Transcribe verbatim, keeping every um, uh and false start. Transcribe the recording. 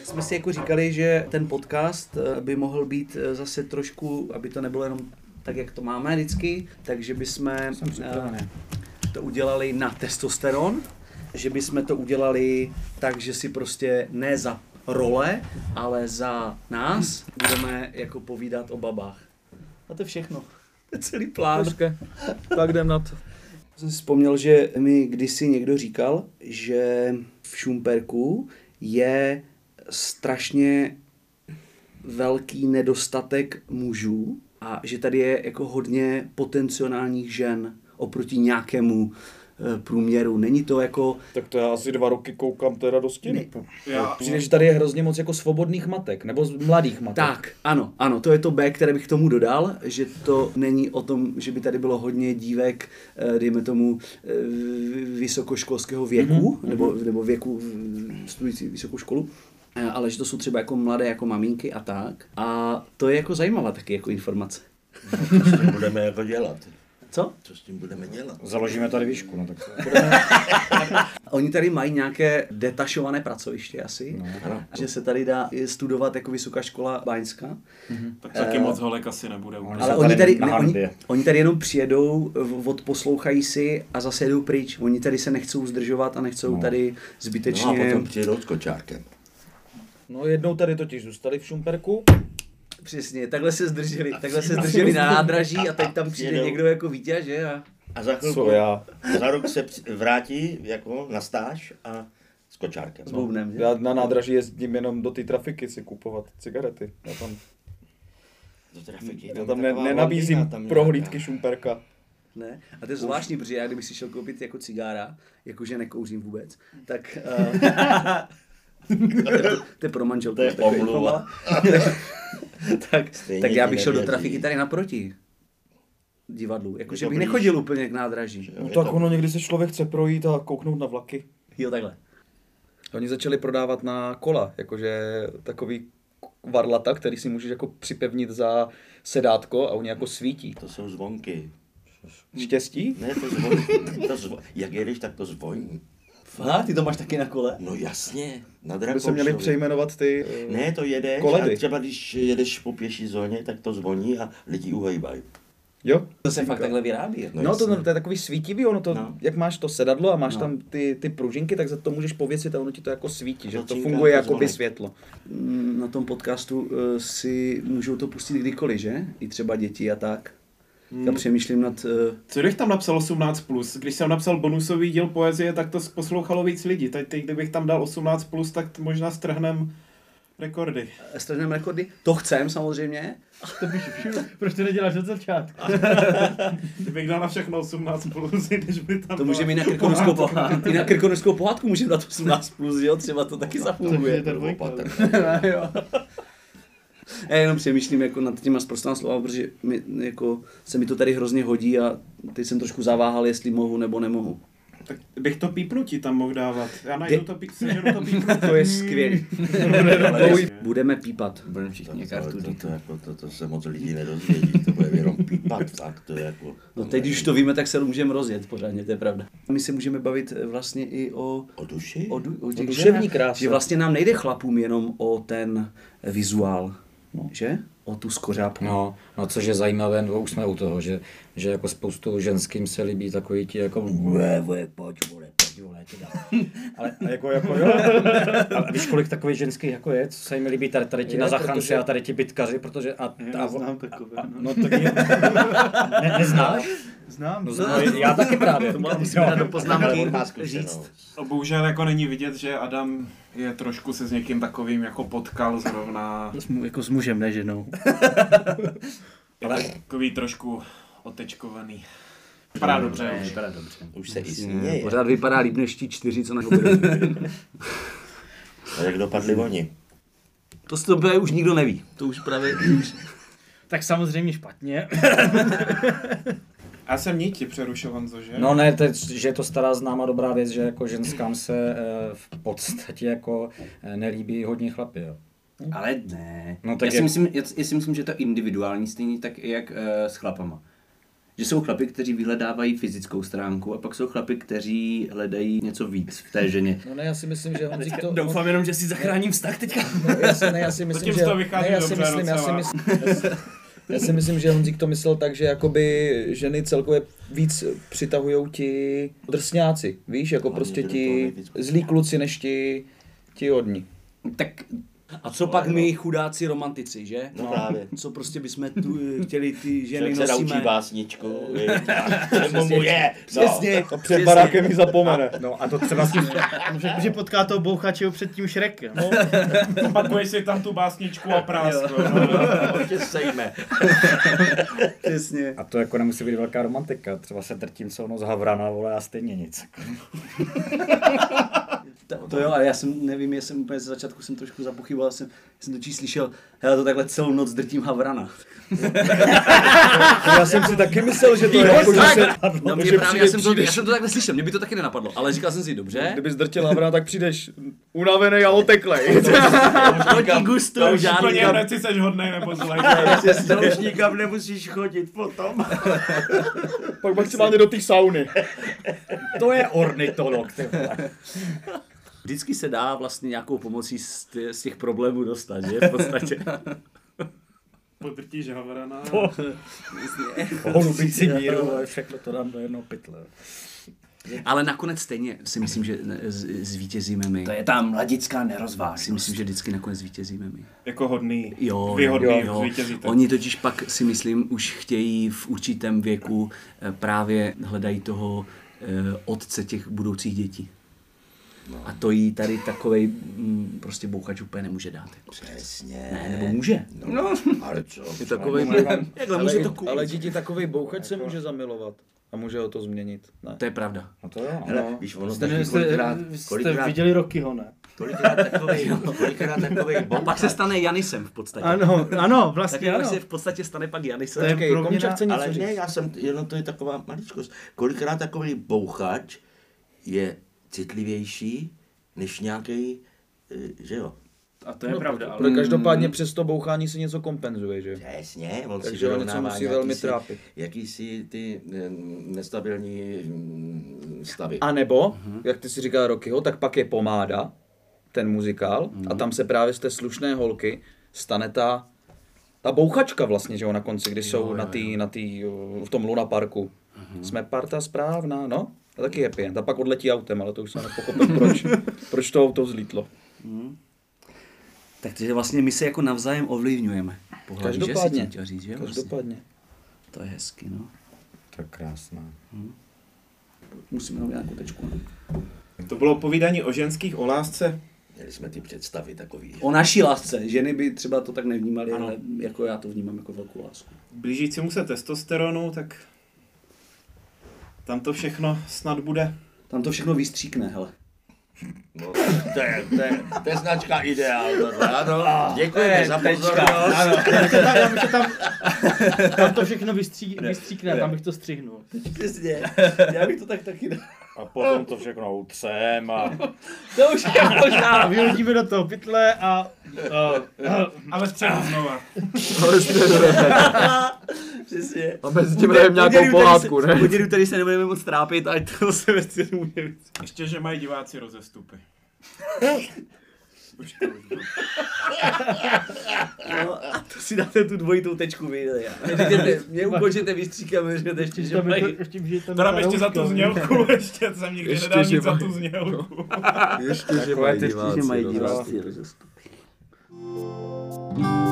jsme si jako říkali, že ten podcast by mohl být zase trošku, aby to nebylo jenom tak, jak to máme vždycky, takže bychom to udělali na testosteron, že bychom to udělali tak, že si prostě ne za role, ale za nás budeme jako povídat o babách. A to je všechno. To je celý plán. Počkej, tak jdem na to. Jsem si vzpomněl, že mi kdysi někdo říkal, že v Šumperku je strašně velký nedostatek mužů a že tady je jako hodně potenciálních žen oproti nějakému e, průměru. Není to jako... Tak to já asi dva roky koukám teda do stěny. Já... Přijde, že tady je hrozně moc jako svobodných matek, nebo z mladých matek. Tak, ano, ano, to je to B, které bych k tomu dodal, že to není o tom, že by tady bylo hodně dívek, e, dejme tomu, e, vysokoškolského věku, mm-hmm. nebo, nebo věku studující vysokou školu, ale že to jsou třeba jako mladé jako maminky a tak. A to je jako zajímavá taky jako informace. No, co s tím budeme jako dělat? Co? Co s tím budeme dělat? Založíme tady výšku, no tak Oni tady mají nějaké detašované pracoviště asi, no, ano. že se tady dá studovat jako vysoká škola báňská. Mm-hmm. Tak taky uh, moc holek asi nebude. Oni ale oni tady, ne, oni, oni tady jenom přijedou, odposlouchají si a zase jedou pryč. Oni tady se nechcou zdržovat a nechcou no. tady zbytečně... No a potom přijedou s kočárkem. No jednou tady totiž zůstali v Šumperku. Přesně, takhle se zdrželi, takhle se zdrželi na nádraží a teď tam přijde jedou. Někdo jako vítěz, že? A, a za chvilku, já? za rok se vrátí jako na stáž a s kočárkem. S boubnem, že? Já na nádraží jezdím jenom do té trafiky si kupovat cigarety. Já tam, do trafiky, já tam ne, nenabízím tam prohlídky Šumperka. Ne? A to je zvláštní, protože já kdybych si šel koupit jako cigára, jakože nekouřím vůbec, tak... Uh, to, je, to je pro manželku. To je omluva. tak, tak já bych šel do trafiky tady naproti divadlu. Jakože bych nechodil úplně k nádraží. No tak ono někdy se člověk chce projít a kouknout na vlaky. Jo, takhle. Oni začali prodávat na kola, jakože takový varlata, který si můžeš jako připevnit za sedátko a oni jako svítí. To jsou zvonky. Štěstí? Ne, to zvoní. To zvo... Jak jedeš, tak to zvoní. Fakt? Ty to máš taky na kole? No jasně, na Drakoušovi. By se měli přejmenovat ty uh, Ne, to jedeš koledy. A třeba když jedeš po pěší zóně, tak to zvoní a lidi uhejbají. Jo? To se fakt takhle vyrábí. No, no to, to je takový svítivý, ono to, no. Jak máš to sedadlo a máš no. tam ty, ty pružinky, tak za to můžeš pověsit a ono ti to jako svítí, že to funguje jako by světlo. Na tom podcastu uh, si můžou to pustit kdykoliv, že? I třeba děti a tak. Hmm. Já přemýšlím nad... Uh... Co bych tam napsal osmnáct plus? Když jsem napsal bonusový díl poezie, tak to poslouchalo víc lidí. Teď, teď kdybych tam dal osmnáct plus, tak možná strhnem rekordy. Strhneme rekordy? To chcem samozřejmě. To bych všude. Proč to neděláš od začátku? Kdybych dal na všechno osmnáct plus, když by tam... To můžeme i na krkonožskou pohádku. I na krkonožskou pohádku můžeme dát osmnáct plus, jo? Třeba to taky zafunguje. Já jenom přemýšlím jako nad těma sprostama slova, protože mi, jako, se mi to tady hrozně hodí a teď jsem trošku zaváhal, jestli mohu nebo nemohu. Tak bych to pípnutí tam mohl dávat. Já najdu to, pí, to pípnutí. To je skvělé. Budeme pípat. Budeme všichni kartu. To, to, to, to, to se moc lidí nedozvědí, to bude jenom pípat, fakt to je jako... No teď, když to víme, tak se můžeme rozjet pořádně, to je pravda. My se můžeme bavit vlastně i o... O duši? O, du, o, o duševní kráse. Že vlastně nám nejde chlapům jenom o ten vizuál. No. Že? O tu skořápku. No, no, což je zajímavé, no, už jsme u toho, že, že jako spoustu ženským se líbí takový ti jako vole, vole, pojď, vole, pojď, vole, teda. Ale jako, jako, jo. A víš, kolik takových ženských jako je, co se jim líbí tady, tady ti je, na zachanci protože... a tady ti bitkaři, protože... A, já a, znám takové. A, no, tak je, ne, neznáš? Znám. No, znám. Já taky právě. To musíme dát do poznámky říct. Bohužel jako není vidět, že Adam je trošku se s někým takovým jako potkal zrovna. Jako s mužem, ne ženou. Ale takový trošku otečkovaný. Vypadá dobře. Ne, vypadá dobře. Už se i směje. Pořád vypadá líp než ti čtyři, co na A jak dopadli oni? To z toho už nikdo neví. To už právě... Tak samozřejmě špatně. Já jsem niti přerušil, Honzo, že? No ne, teď, že je to stará známá dobrá věc, že jako ženskám se e, v podstatě jako e, nelíbí hodně chlapi, jo. Ale ne. No, tak já, si je... myslím, já, já si myslím, že to je individuální, stejně tak i jak e, s chlapama. že jsou chlapi, kteří vyhledávají fyzickou stránku a pak jsou chlapi, kteří hledají něco víc v té ženě. No ne, já si myslím, že Honzík to... Doufám jenom, že si zachráním vztah teďka. No, já si, ne, já si myslím, že... Ne, já si myslím, já si myslím, já si, já si myslím, že Honzík to myslel tak, že jakoby ženy celkově víc přitahujou ti drsňáci, víš, jako prostě ti zlí kluci než ti, ti hodní. Tak A co pak my chudáci romantici, že? No právě. Co prostě bychom tu chtěli ty ženy Člověk se naučí nosíme. básničku, nebo mu je. Přesně, A před barákem ji zapomene. No a to třeba s tím... Že potká toho bouchače před tím Shrekem. No. Opakuješ si tam tu básničku a prásku. Tě sejme. Přesně. A to jako nemusí být velká romantika. Třeba se drtím celou noc havrana, vole, a stejně nic. To, to jo, ale já jsem, nevím, já jsem úplně ze začátku jsem trošku zapochyboval, jsem, jsem točí slyšel, hele, to takhle celou noc drtím havrana. Já jsem si taky myslel, že to je jako, že se... No mě že právě, já jsem, to, přijdeš- já jsem to takhle slyšel, mě by to taky nenapadlo, ale říkal jsem si, dobře. Kdybys drtil havrana, tak přijdeš unavený a oteklej. Proti gustu, To už žádný úplně kam- hned si seš hodnej nebo zlej. To už nikam nemusíš chodit potom. Pak maximálně do té sauny. To je ornitolog, ty vole. Vždycky se dá vlastně nějakou pomocí z, tě- z těch problémů dostat, že? V podstatě. Podrtíš havrana. Holubící míru, ale všechno to dám do jednoho pytle. Ale nakonec stejně si myslím, že ne- z- zvítězíme my. to je ta mladická nerozvážnost. Si myslím, že vždycky nakonec zvítězíme my. Jako hodný. Jo, Vy hodný jo. zvítězíte. Oni totiž pak si myslím už chtějí v určitém věku eh, právě hledají toho eh, otce těch budoucích dětí. No. A to jí tady takovej mm, prostě bouchač úplně nemůže dát. Přesně. Ne, nebo může. No, ale co? Je takovej, jakhle Ale, může to koupit. ale dítě takovej bouchač se může zamilovat. A může ho to změnit. Ne. To je pravda. No to jo. Hele, víš, ono Jste, taky jste, kolikrát, jste kolikrát, viděli Rockyho, ne? kolikrát takovej, kolikrát takovej A pak se stane Janisem v podstatě. Ano, ano, Tak vlastně pak ano. se v podstatě stane pak Janisem. To je Počkej, proměna- Komča chce něco Ale říct. ne, já jsem, jenom to je taková maličkost. Kolikrát takový bouchač je citlivější než nějaký, že jo. A to je pravda, ale... Pro každopádně přes to bouchání si něco kompenzuje, že? Přesně, on si Takže ho něco vyrovnává musí velmi jakýsi, trápit. jakýsi ty eh, nestabilní mm, stavy. A nebo, jak ty si říkal Rockyho, tak pak je Pomáda, ten muzikál, a tam se právě z té slušné holky stane ta, ta bouchačka vlastně, že jo, na konci, kdy jsou na tý, na tý, v tom Luna Parku. Jsme parta správná, no? A taky happy end. A pak odletí autem, ale to už jsem nepochopil, proč, proč to auto vzlítlo. Takže vlastně my se jako navzájem ovlivňujeme. Pohlaví, že si Každopádně. tím chtěl říct, že? Vlastně. Každopádně. To je hezky, no. To je krásná. Musíme jenom nějakou tečku. No. To bylo povídání o ženských, o lásce. Měli jsme ty představy takový. O naší lásce. Ženy by třeba to tak nevnímaly, ale jako já to vnímám jako velkou lásku. Blížícímu se testosteronu, tak tam to všechno snad bude. Tam to všechno vystříkne, hele. No, to, je, to, je, to je značka Ideál. Tohle. Ano, děkujeme za pozornost. Ano, já bych to tam, já bych to tam, tam to všechno vystří, vystříkne, tam bych to střihnul. Přesně. Já bych to tak taky dal. A potom to všechno utřem a... To už je možná. A vyhodíme do toho pytle a... Ale třeba znova. Přesně. A mezi tím hrajeme nějakou pohádku, ne? Poděru tady se nebudeme moc trápit, ať to se věci může víc. Ještě, že mají diváci rozestupy. Už to už bylo. No, a to si dáte tu dvojitou tečku vy. Neříkejte, mě ukončete vystříkem, a řeknete ještě, že Ještě, mají. to, ještě, že tam To dám ta ještě za rouška, tu znělku, ještě jsem nikdy Ještě, nedal že nic za mají- tu znělku. Ještě, že Takové mají ty- diváci. Že mají rozhodně. diváci rozestupy.